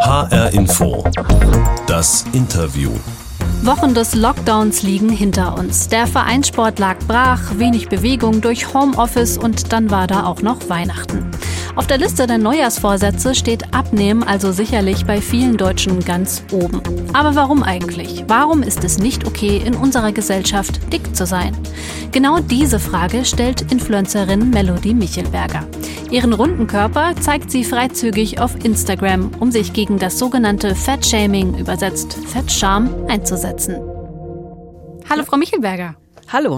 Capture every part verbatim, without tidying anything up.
H R Info. Das Interview. Wochen des Lockdowns liegen hinter uns. Der Vereinssport lag brach, wenig Bewegung durch Homeoffice und dann war da auch noch Weihnachten. Auf der Liste der Neujahrsvorsätze steht Abnehmen also sicherlich bei vielen Deutschen ganz oben. Aber warum eigentlich? Warum ist es nicht okay, in unserer Gesellschaft dick zu sein? Genau diese Frage stellt Influencerin Melody Michelberger. Ihren runden Körper zeigt sie freizügig auf Instagram, um sich gegen das sogenannte Fat-Shaming, übersetzt Fettscham, einzusetzen. Hallo Frau Michelberger. Hallo.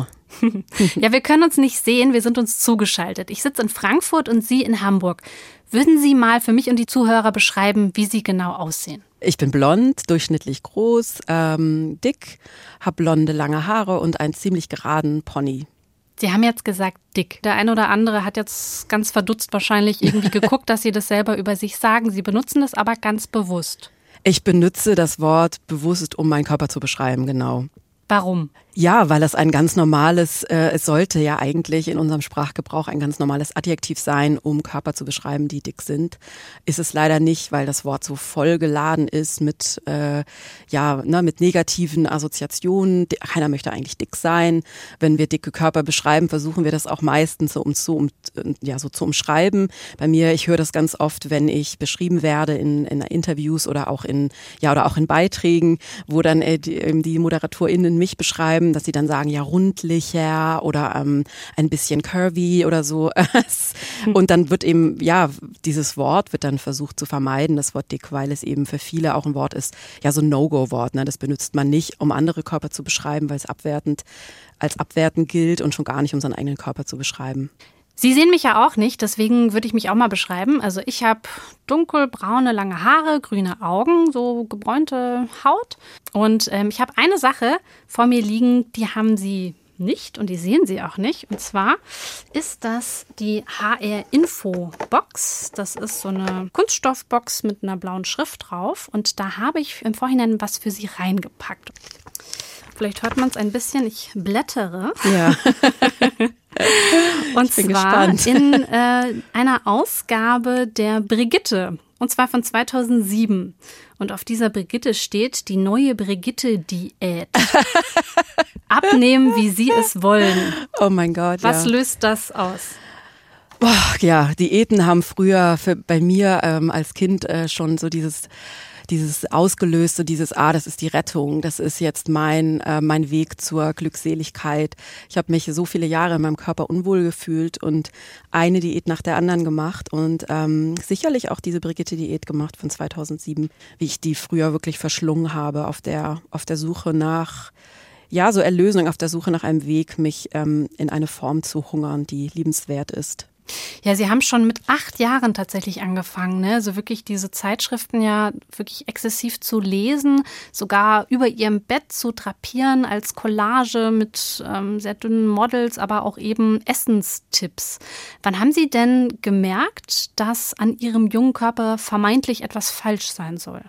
Ja, wir können uns nicht sehen, wir sind uns zugeschaltet. Ich sitze in Frankfurt und Sie in Hamburg. Würden Sie mal für mich und die Zuhörer beschreiben, wie Sie genau aussehen? Ich bin blond, durchschnittlich groß, ähm, dick, habe blonde, lange Haare und einen ziemlich geraden Pony. Sie haben jetzt gesagt dick. Der eine oder andere hat jetzt ganz verdutzt wahrscheinlich irgendwie geguckt, dass Sie das selber über sich sagen. Sie benutzen das aber ganz bewusst. Ich benutze das Wort bewusst, um meinen Körper zu beschreiben, genau. Warum? Ja, weil das ein ganz normales, äh, es sollte ja eigentlich in unserem Sprachgebrauch ein ganz normales Adjektiv sein, um Körper zu beschreiben, die dick sind. Ist es leider nicht, weil das Wort so voll geladen ist mit, äh, ja, ne, mit negativen Assoziationen. Keiner möchte eigentlich dick sein. Wenn wir dicke Körper beschreiben, versuchen wir das auch meistens so, um, so, um, ja, so zu umschreiben. Bei mir, ich höre das ganz oft, wenn ich beschrieben werde in, in Interviews oder auch in, ja, oder auch in Beiträgen, wo dann äh, die, die ModeratorInnen mich beschreiben, dass sie dann sagen, ja, rundlicher oder ähm, ein bisschen curvy oder so. Und dann wird eben, ja, dieses Wort wird dann versucht zu vermeiden, das Wort dick, weil es eben für viele auch ein Wort ist, ja, so ein No-Go-Wort. Ne? Das benutzt man nicht, um andere Körper zu beschreiben, weil es abwertend, als abwertend gilt und schon gar nicht, um seinen eigenen Körper zu beschreiben. Sie sehen mich ja auch nicht, deswegen würde ich mich auch mal beschreiben. Also ich habe dunkelbraune, lange Haare, grüne Augen, so gebräunte Haut. Und ähm, ich habe eine Sache vor mir liegen, die haben Sie nicht und die sehen Sie auch nicht. Und zwar ist das die H R Info Box. Das ist so eine Kunststoffbox mit einer blauen Schrift drauf. Und da habe ich im Vorhinein was für Sie reingepackt. Vielleicht hört man es ein bisschen, ich blättere. Ja. Und zwar gespannt. in äh, einer Ausgabe der Brigitte, und zwar von zweitausendsieben. Und auf dieser Brigitte steht die neue Brigitte-Diät. Abnehmen, wie Sie es wollen. Oh mein Gott, Was ja. löst das aus? Boah, ja, Diäten haben früher für, bei mir ähm, als Kind äh, schon so dieses dieses Ausgelöste, dieses, ah, das ist die Rettung, das ist jetzt mein äh, mein Weg zur Glückseligkeit. Ich habe mich so viele Jahre in meinem Körper unwohl gefühlt und eine Diät nach der anderen gemacht und ähm, sicherlich auch diese Brigitte-Diät gemacht von zweitausendsieben, wie ich die früher wirklich verschlungen habe auf der auf der Suche nach ja so Erlösung, auf der Suche nach einem Weg, mich ähm, in eine Form zu hungern, die liebenswert ist. Ja, Sie haben schon mit acht Jahren tatsächlich angefangen, ne? Also wirklich diese Zeitschriften ja wirklich exzessiv zu lesen, sogar über Ihrem Bett zu drapieren als Collage mit ähm, sehr dünnen Models, aber auch eben Essenstipps. Wann haben Sie denn gemerkt, dass an Ihrem jungen Körper vermeintlich etwas falsch sein soll?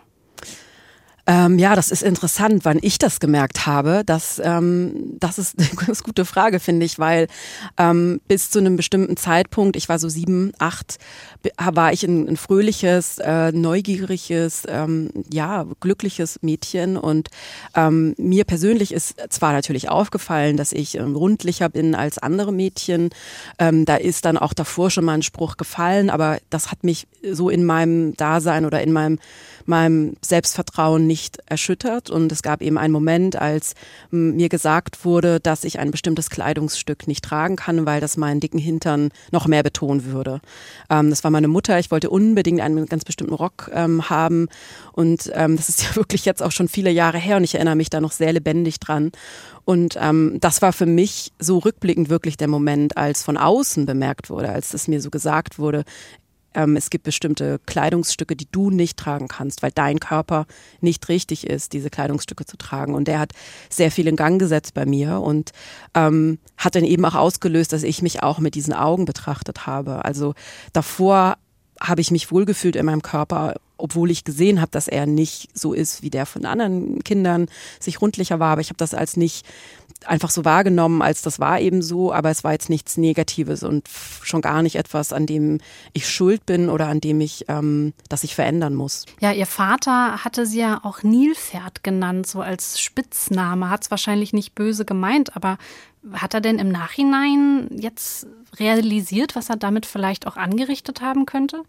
Ähm, ja, das ist interessant, wann ich das gemerkt habe. Das, ähm, das ist eine ganz gute Frage, finde ich, weil ähm, bis zu einem bestimmten Zeitpunkt, ich war so sieben, acht, war ich ein, ein fröhliches, äh, neugieriges, ähm, ja, glückliches Mädchen. Und ähm, mir persönlich ist zwar natürlich aufgefallen, dass ich ähm, rundlicher bin als andere Mädchen. Ähm, da ist dann auch davor schon mal ein Spruch gefallen, aber das hat mich so in meinem Dasein oder in meinem, meinem Selbstvertrauen nicht erschüttert und es gab eben einen Moment, als m, mir gesagt wurde, dass ich ein bestimmtes Kleidungsstück nicht tragen kann, weil das meinen dicken Hintern noch mehr betonen würde. Ähm, das war meine Mutter, ich wollte unbedingt einen ganz bestimmten Rock ähm, haben und ähm, das ist ja wirklich jetzt auch schon viele Jahre her und ich erinnere mich da noch sehr lebendig dran. Und ähm, das war für mich so rückblickend wirklich der Moment, als von außen bemerkt wurde, als es mir so gesagt wurde, es gibt bestimmte Kleidungsstücke, die du nicht tragen kannst, weil dein Körper nicht richtig ist, diese Kleidungsstücke zu tragen. Und der hat sehr viel in Gang gesetzt bei mir und ähm, hat dann eben auch ausgelöst, dass ich mich auch mit diesen Augen betrachtet habe. Also davor habe ich mich wohlgefühlt in meinem Körper, obwohl ich gesehen habe, dass er nicht so ist wie der von anderen Kindern, sich rundlicher war. Aber ich habe das als nicht einfach so wahrgenommen, als das war eben so, aber es war jetzt nichts Negatives und schon gar nicht etwas, an dem ich schuld bin oder an dem ich, ähm, das ich verändern muss. Ja, Ihr Vater hatte sie ja auch Nilpferd genannt, so als Spitzname. Hat es wahrscheinlich nicht böse gemeint, aber hat er denn im Nachhinein jetzt realisiert, was er damit vielleicht auch angerichtet haben könnte?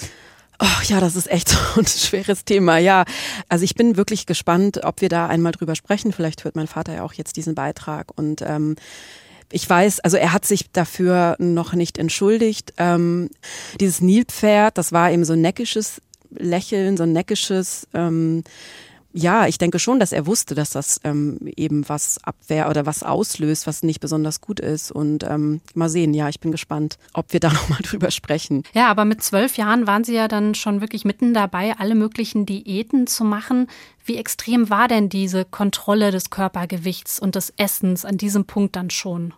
Oh, ja, das ist echt so ein schweres Thema. Ja, also ich bin wirklich gespannt, ob wir da einmal drüber sprechen. Vielleicht hört mein Vater ja auch jetzt diesen Beitrag. Und ähm, ich weiß, also er hat sich dafür noch nicht entschuldigt. Ähm, dieses Nilpferd, das war eben so ein neckisches Lächeln, so ein neckisches, ähm, ja, ich denke schon, dass er wusste, dass das ähm, eben was abwehr oder was auslöst, was nicht besonders gut ist. Und ähm, mal sehen, ja, ich bin gespannt, ob wir da nochmal drüber sprechen. Ja, aber mit zwölf Jahren waren Sie ja dann schon wirklich mitten dabei, alle möglichen Diäten zu machen. Wie extrem war denn diese Kontrolle des Körpergewichts und des Essens an diesem Punkt dann schon?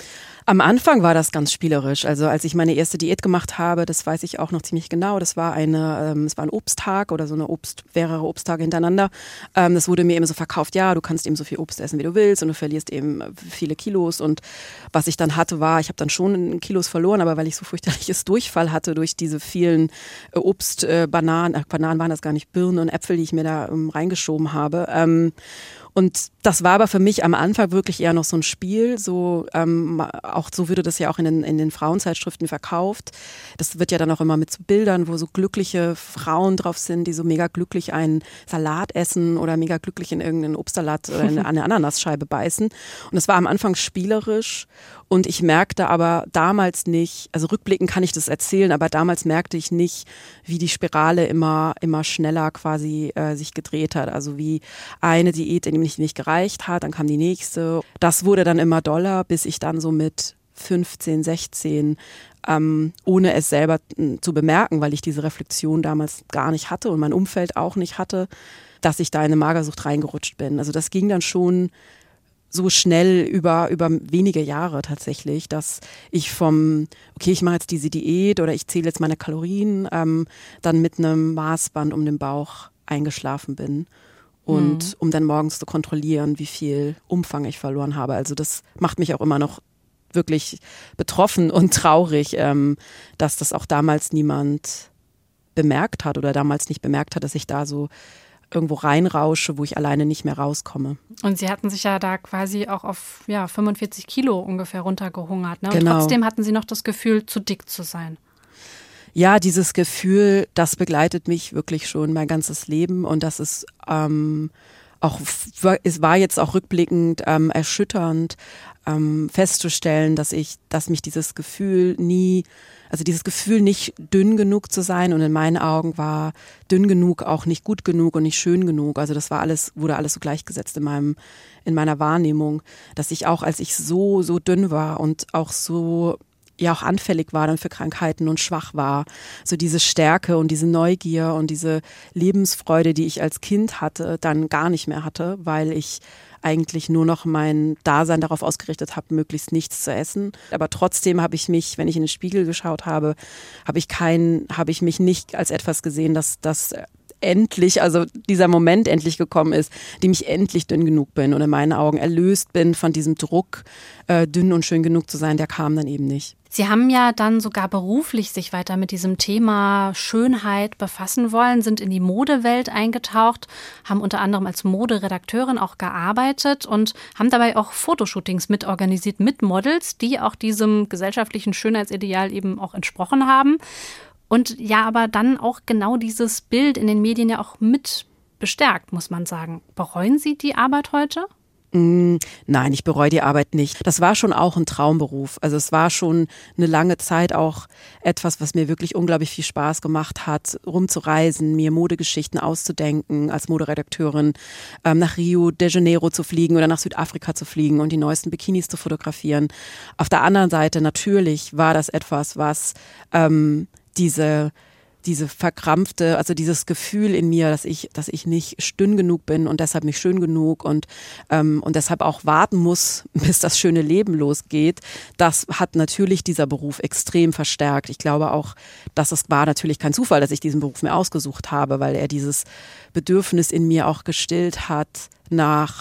Am Anfang war das ganz spielerisch. Also als ich meine erste Diät gemacht habe, das weiß ich auch noch ziemlich genau. Das war eine, ähm, es war ein Obsttag oder so eine Obst, mehrere Obsttage hintereinander. Ähm, das wurde mir eben so verkauft, ja, du kannst eben so viel Obst essen, wie du willst und du verlierst eben viele Kilos. Und was ich dann hatte, war, ich habe dann schon Kilos verloren, aber weil ich so fürchterliches Durchfall hatte durch diese vielen äh, Obst, äh, Bananen, ach, Bananen waren das gar nicht, Birnen und Äpfel, die ich mir da ähm, reingeschoben habe. Ähm, Und das war aber für mich am Anfang wirklich eher noch so ein Spiel. So ähm, auch so würde das ja auch in den, in den Frauenzeitschriften verkauft. Das wird ja dann auch immer mit so Bildern, wo so glückliche Frauen drauf sind, die so mega glücklich einen Salat essen oder mega glücklich in irgendeinen Obstsalat oder in eine Ananasscheibe beißen. Und das war am Anfang spielerisch. Und ich merkte aber damals nicht, also rückblickend kann ich das erzählen, aber damals merkte ich nicht, wie die Spirale immer, immer schneller quasi äh, sich gedreht hat. Also wie eine Diät in nicht, nicht gereicht hat, dann kam die nächste. Das wurde dann immer doller, bis ich dann so mit fünfzehn, sechzehn, ähm, ohne es selber m, zu bemerken, weil ich diese Reflexion damals gar nicht hatte und mein Umfeld auch nicht hatte, dass ich da in eine Magersucht reingerutscht bin. Also das ging dann schon so schnell über, über wenige Jahre tatsächlich, dass ich vom, okay, ich mache jetzt diese Diät oder ich zähle jetzt meine Kalorien, ähm, dann mit einem Maßband um den Bauch eingeschlafen bin. Und mhm. um dann morgens zu kontrollieren, wie viel Umfang ich verloren habe. Also das macht mich auch immer noch wirklich betroffen und traurig, ähm, dass das auch damals niemand bemerkt hat oder damals nicht bemerkt hat, dass ich da so irgendwo reinrausche, wo ich alleine nicht mehr rauskomme. Und Sie hatten sich ja da quasi auch auf ja, fünfundvierzig Kilo ungefähr runtergehungert. Ne? Und genau. Trotzdem hatten Sie noch das Gefühl, zu dick zu sein. Ja, dieses Gefühl, das begleitet mich wirklich schon mein ganzes Leben und das ist ähm, auch, es war jetzt auch rückblickend ähm, erschütternd ähm, festzustellen, dass ich, dass mich dieses Gefühl nie, also dieses Gefühl nicht dünn genug zu sein und in meinen Augen war dünn genug auch nicht gut genug und nicht schön genug. Also das war alles, wurde alles so gleichgesetzt in meinem, in meiner Wahrnehmung, dass ich auch, als ich so, so dünn war und auch so ja auch anfällig war dann für Krankheiten und schwach war. So diese Stärke und diese Neugier und diese Lebensfreude, die ich als Kind hatte, dann gar nicht mehr hatte, weil ich eigentlich nur noch mein Dasein darauf ausgerichtet habe, möglichst nichts zu essen. Aber trotzdem habe ich mich, wenn ich in den Spiegel geschaut habe, habe ich kein, habe ich mich nicht als etwas gesehen, dass das endlich, also dieser Moment endlich gekommen ist, dem ich endlich dünn genug bin und in meinen Augen erlöst bin von diesem Druck, äh, dünn und schön genug zu sein, der kam dann eben nicht. Sie haben ja dann sogar beruflich sich weiter mit diesem Thema Schönheit befassen wollen, sind in die Modewelt eingetaucht, haben unter anderem als Moderedakteurin auch gearbeitet und haben dabei auch Fotoshootings mitorganisiert mit Models, die auch diesem gesellschaftlichen Schönheitsideal eben auch entsprochen haben. Und ja, aber dann auch genau dieses Bild in den Medien ja auch mit bestärkt, muss man sagen. Bereuen Sie die Arbeit heute? Mm, nein, ich bereue die Arbeit nicht. Das war schon auch ein Traumberuf. Also es war schon eine lange Zeit auch etwas, was mir wirklich unglaublich viel Spaß gemacht hat, rumzureisen, mir Modegeschichten auszudenken, als Moderedakteurin ähm, nach Rio de Janeiro zu fliegen oder nach Südafrika zu fliegen und die neuesten Bikinis zu fotografieren. Auf der anderen Seite natürlich war das etwas, was ähm, diese diese verkrampfte, also dieses Gefühl in mir, dass ich, dass ich nicht dünn genug bin und deshalb nicht schön genug und ähm, und deshalb auch warten muss, bis das schöne Leben losgeht, das hat natürlich dieser Beruf extrem verstärkt. Ich glaube auch, dass es war natürlich kein Zufall, dass ich diesen Beruf mir ausgesucht habe, weil er dieses Bedürfnis in mir auch gestillt hat nach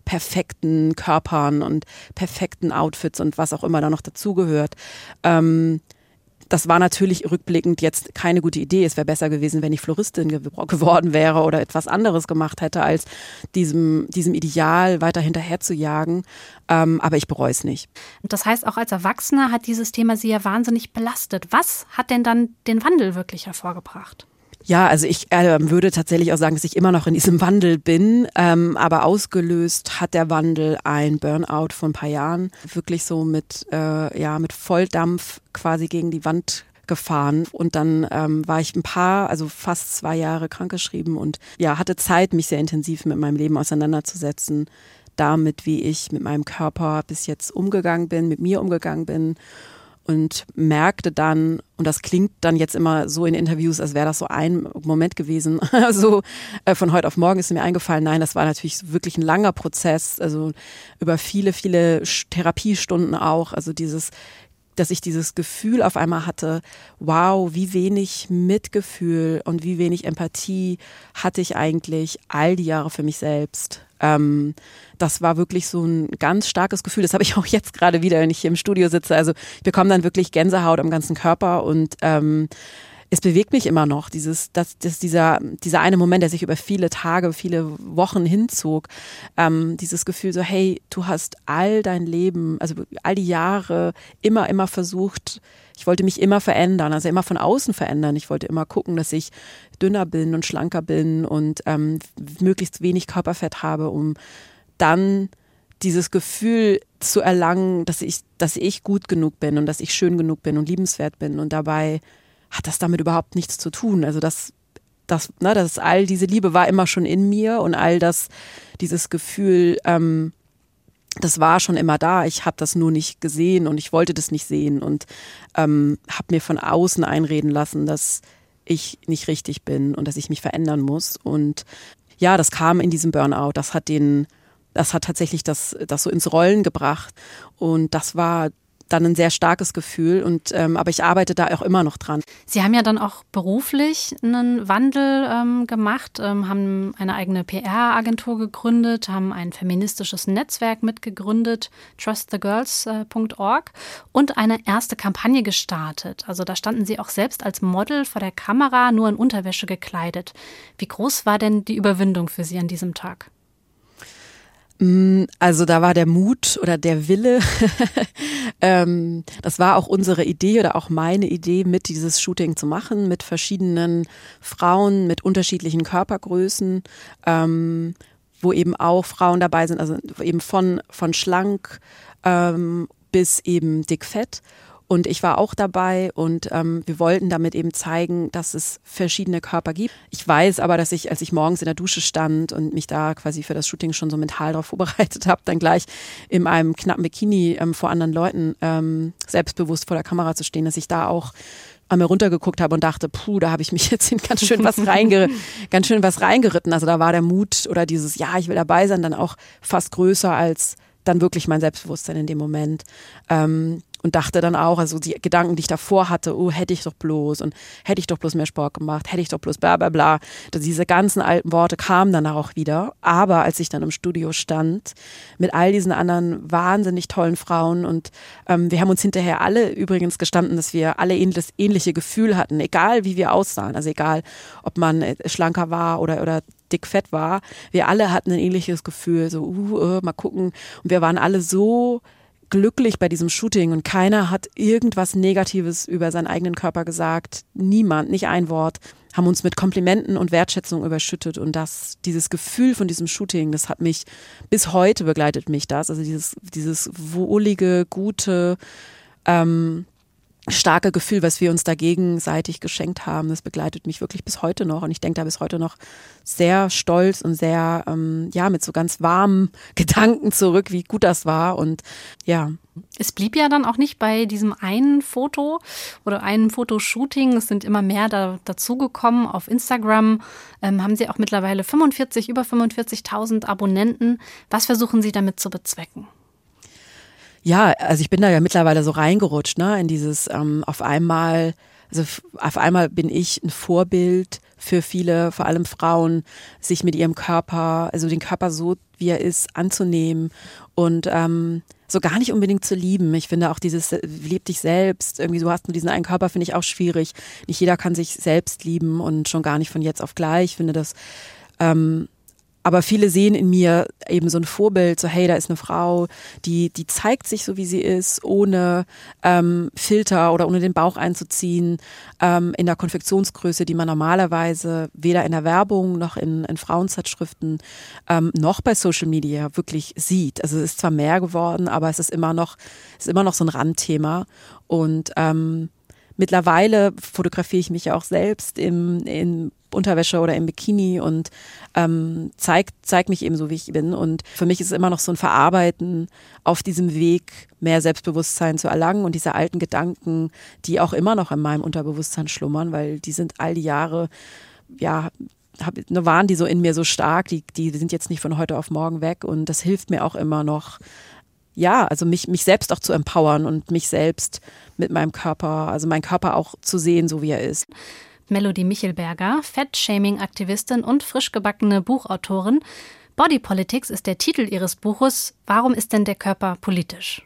perfekten Körpern und perfekten Outfits und was auch immer da noch dazugehört. Ähm, Das war natürlich rückblickend jetzt keine gute Idee. Es wäre besser gewesen, wenn ich Floristin ge- geworden wäre oder etwas anderes gemacht hätte, als diesem, diesem Ideal weiter hinterher zu jagen. Ähm, aber ich bereue es nicht. Das heißt, auch als Erwachsener hat dieses Thema Sie ja wahnsinnig belastet. Was hat denn dann den Wandel wirklich hervorgebracht? Ja, also ich äh, würde tatsächlich auch sagen, dass ich immer noch in diesem Wandel bin, ähm, aber ausgelöst hat der Wandel ein Burnout vor ein paar Jahren, wirklich so mit, äh, ja, mit Volldampf quasi gegen die Wand gefahren und dann ähm, war ich ein paar, also fast zwei Jahre krankgeschrieben und ja, hatte Zeit, mich sehr intensiv mit meinem Leben auseinanderzusetzen, damit, wie ich mit meinem Körper bis jetzt umgegangen bin, mit mir umgegangen bin. Und merkte dann, und das klingt dann jetzt immer so in Interviews, als wäre das so ein Moment gewesen, so äh, von heute auf morgen ist mir eingefallen, nein, das war natürlich wirklich ein langer Prozess, also über viele, viele Therapiestunden auch, also dieses, dass ich dieses Gefühl auf einmal hatte, wow, wie wenig Mitgefühl und wie wenig Empathie hatte ich eigentlich all die Jahre für mich selbst. Ähm, das war wirklich so ein ganz starkes Gefühl. Das habe ich auch jetzt gerade wieder, wenn ich hier im Studio sitze. Also ich bekomme dann wirklich Gänsehaut am ganzen Körper und ähm, es bewegt mich immer noch. Dieses, das, das, dieser, dieser eine Moment, der sich über viele Tage, viele Wochen hinzog. Ähm, dieses Gefühl so, hey, du hast all dein Leben, also all die Jahre immer, immer versucht. Ich wollte mich immer verändern, also immer von außen verändern. Ich wollte immer gucken, dass ich dünner bin und schlanker bin und ähm, möglichst wenig Körperfett habe, um dann dieses Gefühl zu erlangen, dass ich, dass ich gut genug bin und dass ich schön genug bin und liebenswert bin. Und dabei hat das damit überhaupt nichts zu tun. Also das, das, ne, das all diese Liebe war immer schon in mir und all das, dieses Gefühl, ähm, das war schon immer da. Ich habe das nur nicht gesehen und ich wollte das nicht sehen und ähm, habe mir von außen einreden lassen, dass ich nicht richtig bin und dass ich mich verändern muss. Und ja, das kam in diesem Burnout. Das hat den, das hat tatsächlich das, das so ins Rollen gebracht. Und das war dann ein sehr starkes Gefühl. Und ähm, aber ich arbeite da auch immer noch dran. Sie haben ja dann auch beruflich einen Wandel ähm, gemacht, ähm, haben eine eigene P R-Agentur gegründet, haben ein feministisches Netzwerk mitgegründet, trust the girls Punkt org und eine erste Kampagne gestartet. Also da standen Sie auch selbst als Model vor der Kamera, nur in Unterwäsche gekleidet. Wie groß war denn die Überwindung für Sie an diesem Tag? Also da war der Mut oder der Wille, ähm, das war auch unsere Idee oder auch meine Idee, mit dieses Shooting zu machen, mit verschiedenen Frauen, mit unterschiedlichen Körpergrößen, ähm, wo eben auch Frauen dabei sind, also eben von, von schlank ähm, bis eben dickfett. Und ich war auch dabei und ähm, wir wollten damit eben zeigen, dass es verschiedene Körper gibt. Ich weiß aber, dass ich, als ich morgens in der Dusche stand und mich da quasi für das Shooting schon so mental darauf vorbereitet habe, dann gleich in einem knappen Bikini ähm, vor anderen Leuten ähm, selbstbewusst vor der Kamera zu stehen, dass ich da auch an mir runtergeguckt habe und dachte, puh, da habe ich mich jetzt in ganz schön was reinge- ganz schön was reingeritten. Also da war der Mut oder dieses, ja, ich will dabei sein, dann auch fast größer als dann wirklich mein Selbstbewusstsein in dem Moment. Ähm, Und dachte dann auch, also die Gedanken, die ich davor hatte, oh, hätte ich doch bloß und hätte ich doch bloß mehr Sport gemacht, hätte ich doch bloß bla bla bla. Diese ganzen alten Worte kamen dann auch wieder. Aber als ich dann im Studio stand, mit all diesen anderen wahnsinnig tollen Frauen und ähm, wir haben uns hinterher alle übrigens gestanden, dass wir alle ähnliches, ähnliche Gefühl hatten, egal wie wir aussahen. Also egal, ob man schlanker war oder, oder dickfett war. Wir alle hatten ein ähnliches Gefühl, so uh, uh, mal gucken. Und wir waren alle so glücklich bei diesem Shooting und keiner hat irgendwas Negatives über seinen eigenen Körper gesagt. Niemand, nicht ein Wort. Haben uns mit Komplimenten und Wertschätzung überschüttet und das, dieses Gefühl von diesem Shooting, das hat mich, bis heute begleitet mich das, also dieses, dieses wohlige, gute, ähm, starke Gefühl, was wir uns da gegenseitig geschenkt haben, das begleitet mich wirklich bis heute noch und ich denke da bis heute noch sehr stolz und sehr, ähm, ja, mit so ganz warmen Gedanken zurück, wie gut das war und ja. Es blieb ja dann auch nicht bei diesem einen Foto oder einem Fotoshooting, es sind immer mehr da, dazugekommen. Auf Instagram ähm, haben Sie auch mittlerweile fünfundvierzig, über fünfundvierzigtausend Abonnenten. Was versuchen Sie damit zu bezwecken? Ja, also ich bin da ja mittlerweile so reingerutscht, ne, in dieses ähm, auf einmal also auf einmal bin ich ein Vorbild für viele, vor allem Frauen, sich mit ihrem Körper, also den Körper so, wie er ist, anzunehmen und ähm, so gar nicht unbedingt zu lieben. Ich finde auch dieses lieb dich selbst, irgendwie so hast du diesen einen Körper, finde ich auch schwierig. Nicht jeder kann sich selbst lieben und schon gar nicht von jetzt auf gleich. Ich finde das, ähm, aber viele sehen in mir eben so ein Vorbild, so hey, da ist eine Frau, die die zeigt sich so, wie sie ist, ohne ähm, Filter oder ohne den Bauch einzuziehen, ähm, in der Konfektionsgröße, die man normalerweise weder in der Werbung noch in, in Frauenzeitschriften ähm, noch bei Social Media wirklich sieht. Also es ist zwar mehr geworden, aber es ist immer noch, es ist immer noch so ein Randthema und ähm, mittlerweile fotografiere ich mich ja auch selbst im, in Unterwäsche oder im Bikini und ähm, zeig, zeig mich eben so, wie ich bin. Und für mich ist es immer noch so ein Verarbeiten auf diesem Weg, mehr Selbstbewusstsein zu erlangen und diese alten Gedanken, die auch immer noch in meinem Unterbewusstsein schlummern, weil die sind all die Jahre, ja, hab, waren die so in mir so stark, die, die sind jetzt nicht von heute auf morgen weg und das hilft mir auch immer noch, ja, also mich, mich selbst auch zu empowern und mich selbst mit meinem Körper, also meinen Körper auch zu sehen, so wie er ist. Melodie Michelberger, Fettshaming-Aktivistin und frisch gebackene Buchautorin. Body Politics ist der Titel ihres Buches. Warum ist denn der Körper politisch?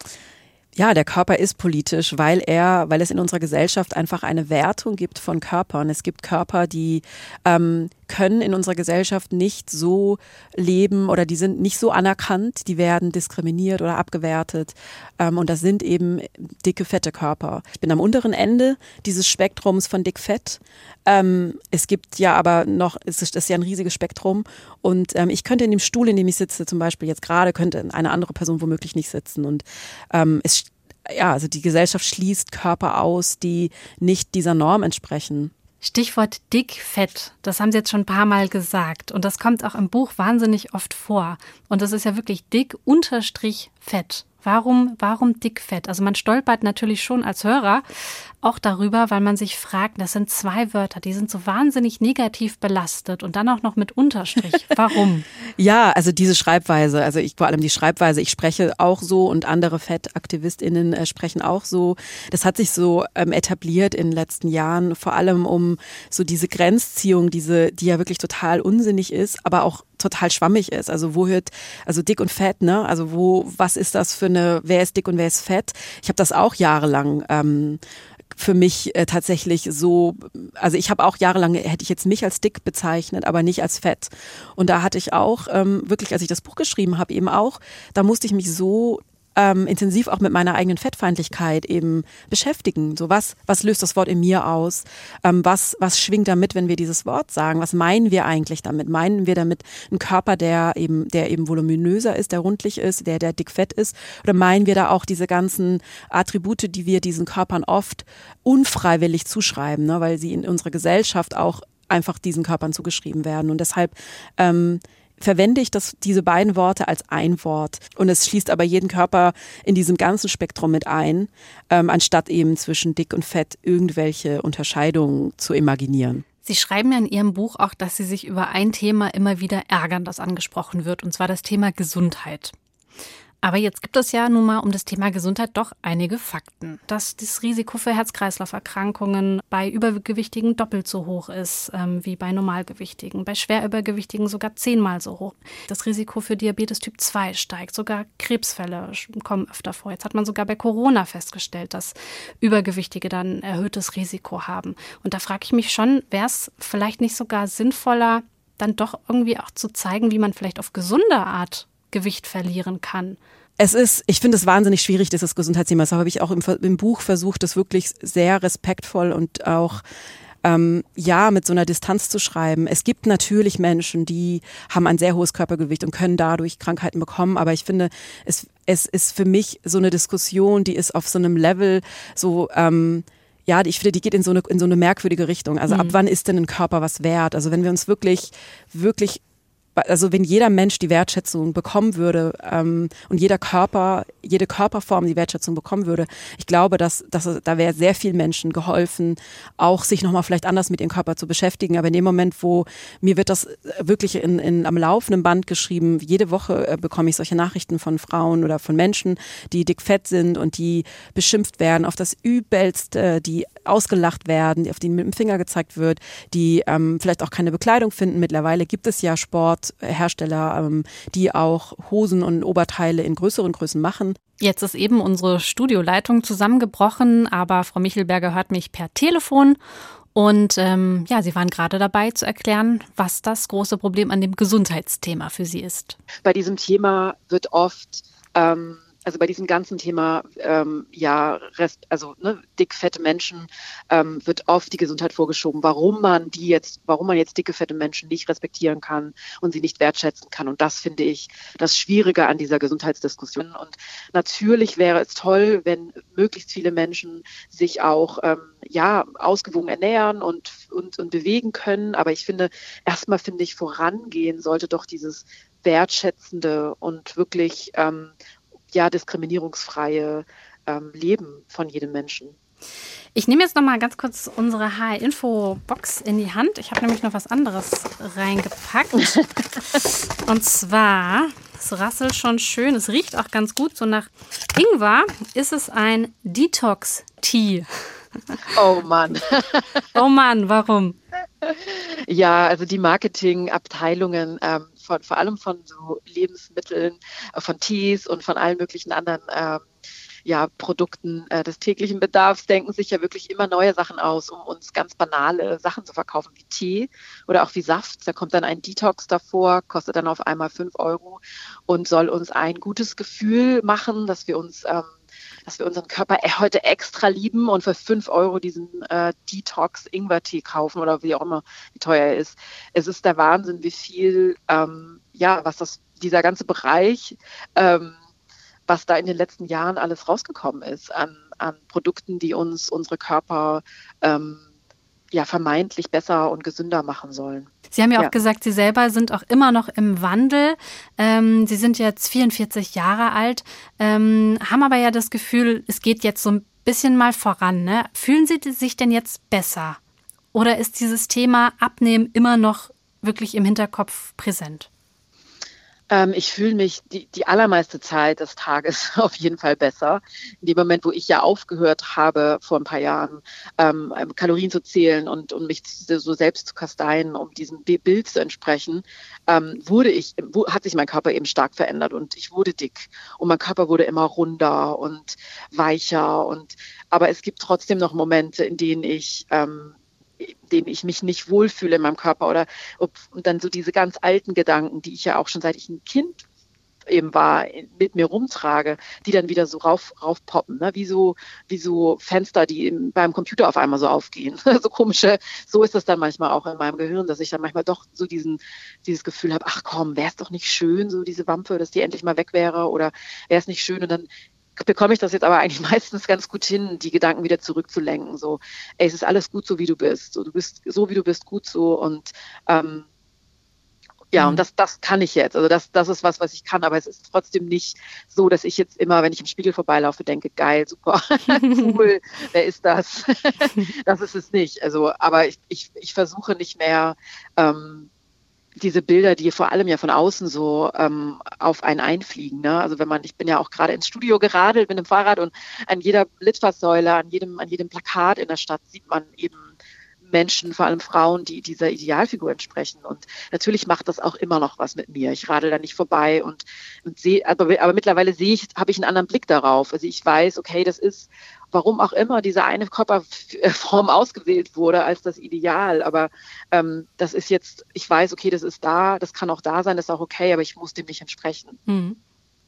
Ja, der Körper ist politisch, weil er, weil es in unserer Gesellschaft einfach eine Wertung gibt von Körpern. Es gibt Körper, die ähm, können in unserer Gesellschaft nicht so leben oder die sind nicht so anerkannt, die werden diskriminiert oder abgewertet. Ähm, und das sind eben dicke, fette Körper. Ich bin am unteren Ende dieses Spektrums von dick-fett. Ähm, es gibt ja aber noch, es ist, das ist ja ein riesiges Spektrum und ähm, ich könnte in dem Stuhl, in dem ich sitze, zum Beispiel jetzt gerade, könnte eine andere Person womöglich nicht sitzen und ähm, es, ja, also die Gesellschaft schließt Körper aus, die nicht dieser Norm entsprechen. Stichwort dick, fett, das haben Sie jetzt schon ein paar Mal gesagt und das kommt auch im Buch wahnsinnig oft vor und das ist ja wirklich dick unterstrich fett. Warum, warum dickfett? Also man stolpert natürlich schon als Hörer auch darüber, weil man sich fragt, das sind zwei Wörter, die sind so wahnsinnig negativ belastet und dann auch noch mit Unterstrich. Warum? Ja, also diese Schreibweise, also ich vor allem die Schreibweise, ich spreche auch so und andere FettaktivistInnen äh, sprechen auch so. Das hat sich so ähm, etabliert in den letzten Jahren, vor allem um so diese Grenzziehung, diese, die ja wirklich total unsinnig ist, aber auch total schwammig ist. Also wo hört, also dick und fett, ne? Also wo, was ist das für eine, wer ist dick und wer ist fett? Ich habe das auch jahrelang ähm, für mich äh, tatsächlich so, also ich habe auch jahrelang, hätte ich jetzt mich als dick bezeichnet, aber nicht als fett. Und da hatte ich auch, ähm, wirklich, als ich das Buch geschrieben habe, eben auch, da musste ich mich so ähm, intensiv auch mit meiner eigenen Fettfeindlichkeit eben beschäftigen. So was, was löst das Wort in mir aus? Ähm, was, was schwingt damit, wenn wir dieses Wort sagen? Was meinen wir eigentlich damit? Meinen wir damit einen Körper, der eben, der eben voluminöser ist, der rundlich ist, der, der dickfett ist? Oder meinen wir da auch diese ganzen Attribute, die wir diesen Körpern oft unfreiwillig zuschreiben, ne? Weil sie in unserer Gesellschaft auch einfach diesen Körpern zugeschrieben werden. Und deshalb, ähm, verwende ich das, diese beiden Worte als ein Wort. Und es schließt aber jeden Körper in diesem ganzen Spektrum mit ein, ähm, anstatt eben zwischen dick und fett irgendwelche Unterscheidungen zu imaginieren. Sie schreiben ja in Ihrem Buch auch, dass Sie sich über ein Thema immer wieder ärgern, das angesprochen wird, und zwar das Thema Gesundheit. Aber jetzt gibt es ja nun mal um das Thema Gesundheit doch einige Fakten. Dass das Risiko für Herz-Kreislauf-Erkrankungen bei Übergewichtigen doppelt so hoch ist ähm, wie bei Normalgewichtigen, bei Schwerübergewichtigen sogar zehnmal so hoch. Das Risiko für Diabetes Typ zwei steigt, sogar Krebsfälle kommen öfter vor. Jetzt hat man sogar bei Corona festgestellt, dass Übergewichtige dann ein erhöhtes Risiko haben. Und da frage ich mich schon, wäre es vielleicht nicht sogar sinnvoller, dann doch irgendwie auch zu zeigen, wie man vielleicht auf gesunde Art Gewicht verlieren kann? Es ist, ich finde es wahnsinnig schwierig, dieses Gesundheitsthema. Deshalb habe ich auch im, im Buch versucht, das wirklich sehr respektvoll und auch ähm, ja mit so einer Distanz zu schreiben. Es gibt natürlich Menschen, die haben ein sehr hohes Körpergewicht und können dadurch Krankheiten bekommen. Aber ich finde, es, es ist für mich so eine Diskussion, die ist auf so einem Level so ähm, ja, ich finde, die geht in so eine, in so eine merkwürdige Richtung. Also mhm. ab wann ist denn ein Körper was wert? Also wenn wir uns wirklich, wirklich also wenn jeder Mensch die Wertschätzung bekommen würde ähm, und jeder Körper, jede Körperform die Wertschätzung bekommen würde, ich glaube, dass, dass da wäre sehr vielen Menschen geholfen, auch sich nochmal vielleicht anders mit ihrem Körper zu beschäftigen. Aber in dem Moment, wo mir wird das wirklich in, in, am laufenden Band geschrieben, jede Woche äh, bekomme ich solche Nachrichten von Frauen oder von Menschen, die dickfett sind und die beschimpft werden auf das Übelste, die ausgelacht werden, auf die mit dem Finger gezeigt wird, die ähm, vielleicht auch keine Bekleidung finden. Mittlerweile gibt es ja Sporthersteller, ähm, die auch Hosen und Oberteile in größeren Größen machen. Jetzt ist eben unsere Studioleitung zusammengebrochen, aber Frau Michelberger hört mich per Telefon. Und ähm, ja, Sie waren gerade dabei zu erklären, was das große Problem an dem Gesundheitsthema für Sie ist. Bei diesem Thema wird oft, ähm, also bei diesem ganzen Thema, ähm, ja, Rest, also ne, dick, fette Menschen, ähm, wird oft die Gesundheit vorgeschoben, warum man die jetzt, warum man jetzt dicke, fette Menschen nicht respektieren kann und sie nicht wertschätzen kann. Und das finde ich das Schwierige an dieser Gesundheitsdiskussion. Und natürlich wäre es toll, wenn möglichst viele Menschen sich auch ähm, ja, ausgewogen ernähren und, und, und bewegen können. Aber ich finde, erstmal finde ich, vorangehen sollte doch dieses wertschätzende und wirklich ähm, ja, diskriminierungsfreie ähm, Leben von jedem Menschen. Ich nehme jetzt noch mal ganz kurz unsere H R-Info-Box in die Hand. Ich habe nämlich noch was anderes reingepackt. Und zwar, es rasselt schon schön, es riecht auch ganz gut, so nach Ingwer, ist es ein Detox-Tee. Oh Mann. Oh Mann, warum? Ja, also die Marketingabteilungen, ähm, von, vor allem von so Lebensmitteln, äh, von Tees und von allen möglichen anderen ähm, ja, Produkten äh, des täglichen Bedarfs, denken sich ja wirklich immer neue Sachen aus, um uns ganz banale Sachen zu verkaufen, wie Tee oder auch wie Saft. Da kommt dann ein Detox davor, kostet dann auf einmal fünf Euro und soll uns ein gutes Gefühl machen, dass wir uns ähm, dass wir unseren Körper heute extra lieben und für fünf Euro diesen äh, Detox-Ingwer-Tee kaufen oder wie auch immer, wie teuer er ist. Es ist der Wahnsinn, wie viel, ähm, ja, was das, dieser ganze Bereich, ähm, was da in den letzten Jahren alles rausgekommen ist an, an Produkten, die uns unsere Körper ähm, ja, vermeintlich besser und gesünder machen sollen. Sie haben ja auch ja. gesagt, Sie selber sind auch immer noch im Wandel. Ähm, Sie sind jetzt vierundvierzig Jahre alt, ähm, haben aber ja das Gefühl, es geht jetzt so ein bisschen mal voran. Ne? Fühlen Sie sich denn jetzt besser? Oder ist dieses Thema Abnehmen immer noch wirklich im Hinterkopf präsent? Ähm, ich fühle mich die, die allermeiste Zeit des Tages auf jeden Fall besser. In dem Moment, wo ich ja aufgehört habe, vor ein paar Jahren, ähm, Kalorien zu zählen und, und mich so selbst zu kasteien, um diesem Bild zu entsprechen, ähm, wurde ich, hat sich mein Körper eben stark verändert und ich wurde dick. Und mein Körper wurde immer runder und weicher. Und, aber es gibt trotzdem noch Momente, in denen ich ähm, denen ich mich nicht wohlfühle in meinem Körper oder ob, und dann so diese ganz alten Gedanken, die ich ja auch schon seit ich ein Kind eben war, mit mir rumtrage, die dann wieder so rauf, raufpoppen, ne? wie, so, wie so Fenster, die im, beim Computer auf einmal so aufgehen. So komische, so ist das dann manchmal auch in meinem Gehirn, dass ich dann manchmal doch so diesen, dieses Gefühl habe, ach komm, wäre es doch nicht schön, so diese Wampe, dass die endlich mal weg wäre oder wäre es nicht schön und dann bekomme ich das jetzt aber eigentlich meistens ganz gut hin, die Gedanken wieder zurückzulenken. So, ey, es ist alles gut so, wie du bist. So, du bist so, wie du bist, gut so. Und ähm, ja, mhm. und das, das kann ich jetzt. Also das, das ist was, was ich kann. Aber es ist trotzdem nicht so, dass ich jetzt immer, wenn ich im Spiegel vorbeilaufe, denke, geil, super, cool, wer ist das? Das ist es nicht. Also, aber ich, ich, ich versuche nicht mehr ähm, diese Bilder, die vor allem ja von außen so ähm, auf einen einfliegen. Ne? Also wenn man, ich bin ja auch gerade ins Studio geradelt mit dem Fahrrad und an jeder Litfaßsäule, an jedem, an jedem Plakat in der Stadt sieht man eben Menschen, vor allem Frauen, die dieser Idealfigur entsprechen. Und natürlich macht das auch immer noch was mit mir. Ich radel da nicht vorbei und, und sehe, aber, aber mittlerweile sehe ich, habe ich einen anderen Blick darauf. Also ich weiß, okay, das ist, warum auch immer diese eine Körperform ausgewählt wurde als das Ideal. Aber ähm, das ist jetzt, ich weiß, okay, das ist da, das kann auch da sein, das ist auch okay, aber ich muss dem nicht entsprechen. Mhm.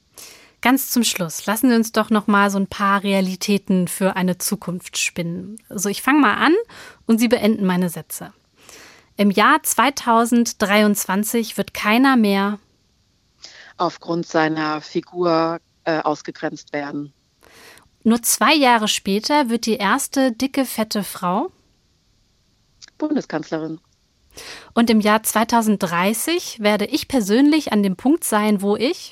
Ganz zum Schluss, lassen Sie uns doch noch mal so ein paar Realitäten für eine Zukunft spinnen. Also ich fange mal an und Sie beenden meine Sätze. Im Jahr zweitausenddreiundzwanzig wird keiner mehr aufgrund seiner Figur äh, ausgegrenzt werden. Nur zwei Jahre später wird die erste dicke, fette Frau Bundeskanzlerin. Und im Jahr zweitausenddreißig werde ich persönlich an dem Punkt sein, wo ich?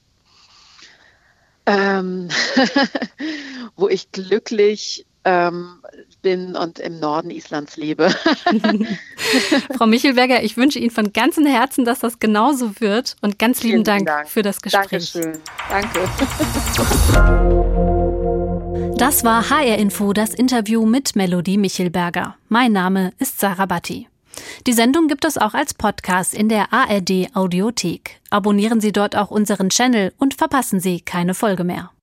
Ähm, wo ich glücklich ähm, bin und im Norden Islands lebe. Frau Michelberger, ich wünsche Ihnen von ganzem Herzen, dass das genauso wird. Und ganz lieben Vielen Dank, Dank für das Gespräch. Dankeschön. Danke. Das war H R Info, das Interview mit Melodie Michelberger. Mein Name ist Sarah Batti. Die Sendung gibt es auch als Podcast in der A R D Audiothek. Abonnieren Sie dort auch unseren Channel und verpassen Sie keine Folge mehr.